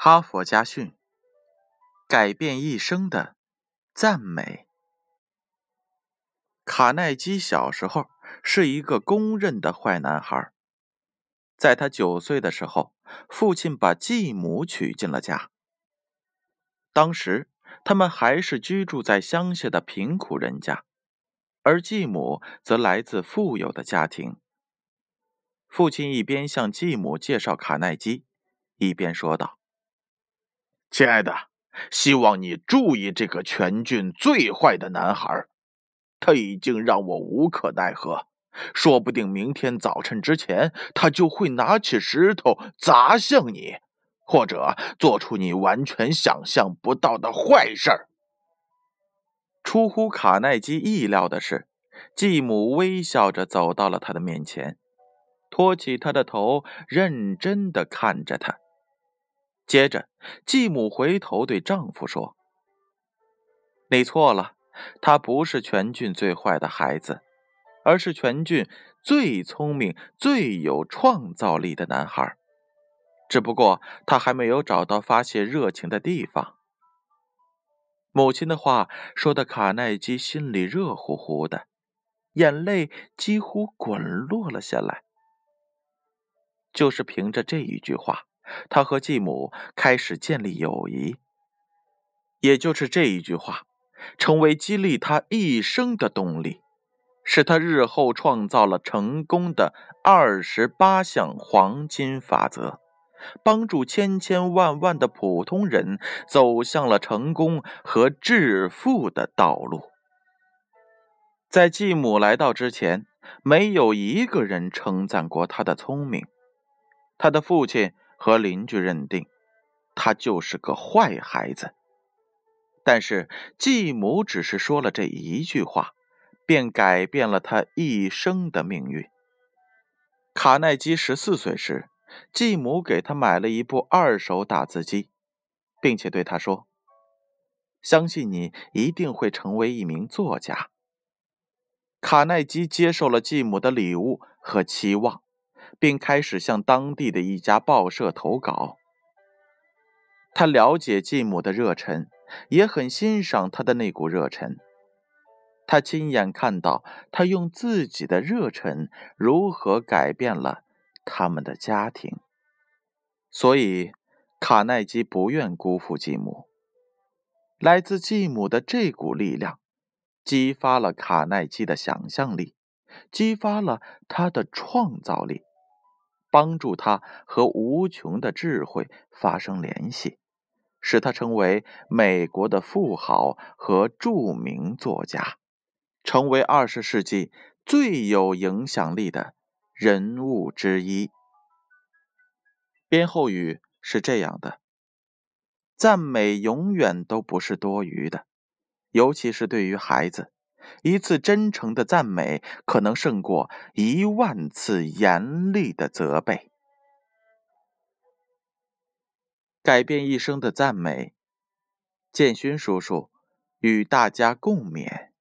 哈佛家训：改变一生的赞美。卡耐基小时候是一个公认的坏男孩。在他9岁的时候，父亲把继母娶进了家。当时他们还是居住在乡下的贫苦人家，而继母则来自富有的家庭。父亲一边向继母介绍卡耐基，一边说道： 亲爱的，希望你注意这个全郡最坏的男孩，他已经让我无可奈何，说不定明天早晨之前，他就会拿起石头砸向你，或者做出你完全想象不到的坏事儿。 出乎卡耐基意料的是，继母微笑着走到了他的面前，托起他的头，认真地看着他。接着，继母回头对丈夫说：你错了，他不是全郡最坏的孩子，而是全郡最聪明、最有创造力的男孩。只不过他还没有找到发泄热情的地方。母亲的话说的卡耐基心里热乎乎的，眼泪几乎滚落了下来。就是凭着这一句话，他和继母开始建立友谊。也就是这一句话，成为激励他一生的动力，使他日后创造了成功的28项黄金法则，帮助千千万万的普通人走向了成功和致富的道路。在继母来到之前，没有一个人称赞过他的聪明。他的父亲和邻居认定他就是个坏孩子。但是继母只是说了这一句话，便改变了他一生的命运。卡耐基14岁时，继母给他买了一部2手打字机，并且对他说：相信你一定会成为一名作家。卡耐基接受了继母的礼物和期望，并开始向当地的一家报社投稿。他了解继母的热忱，也很欣赏他的那股热忱。他亲眼看到他用自己的热忱如何改变了他们的家庭。所以卡耐基不愿辜负继母。来自继母的这股力量激发了卡耐基的想象力，激发了他的创造力，帮助他和无穷的智慧发生联系，使他成为美国的富豪和著名作家，成为20世纪最有影响力的人物之一。编后语是这样的：赞美永远都不是多余的，尤其是对于孩子，一次真诚的赞美可能胜过10000次严厉的责备。改变一生的赞美，建勋叔叔与大家共勉。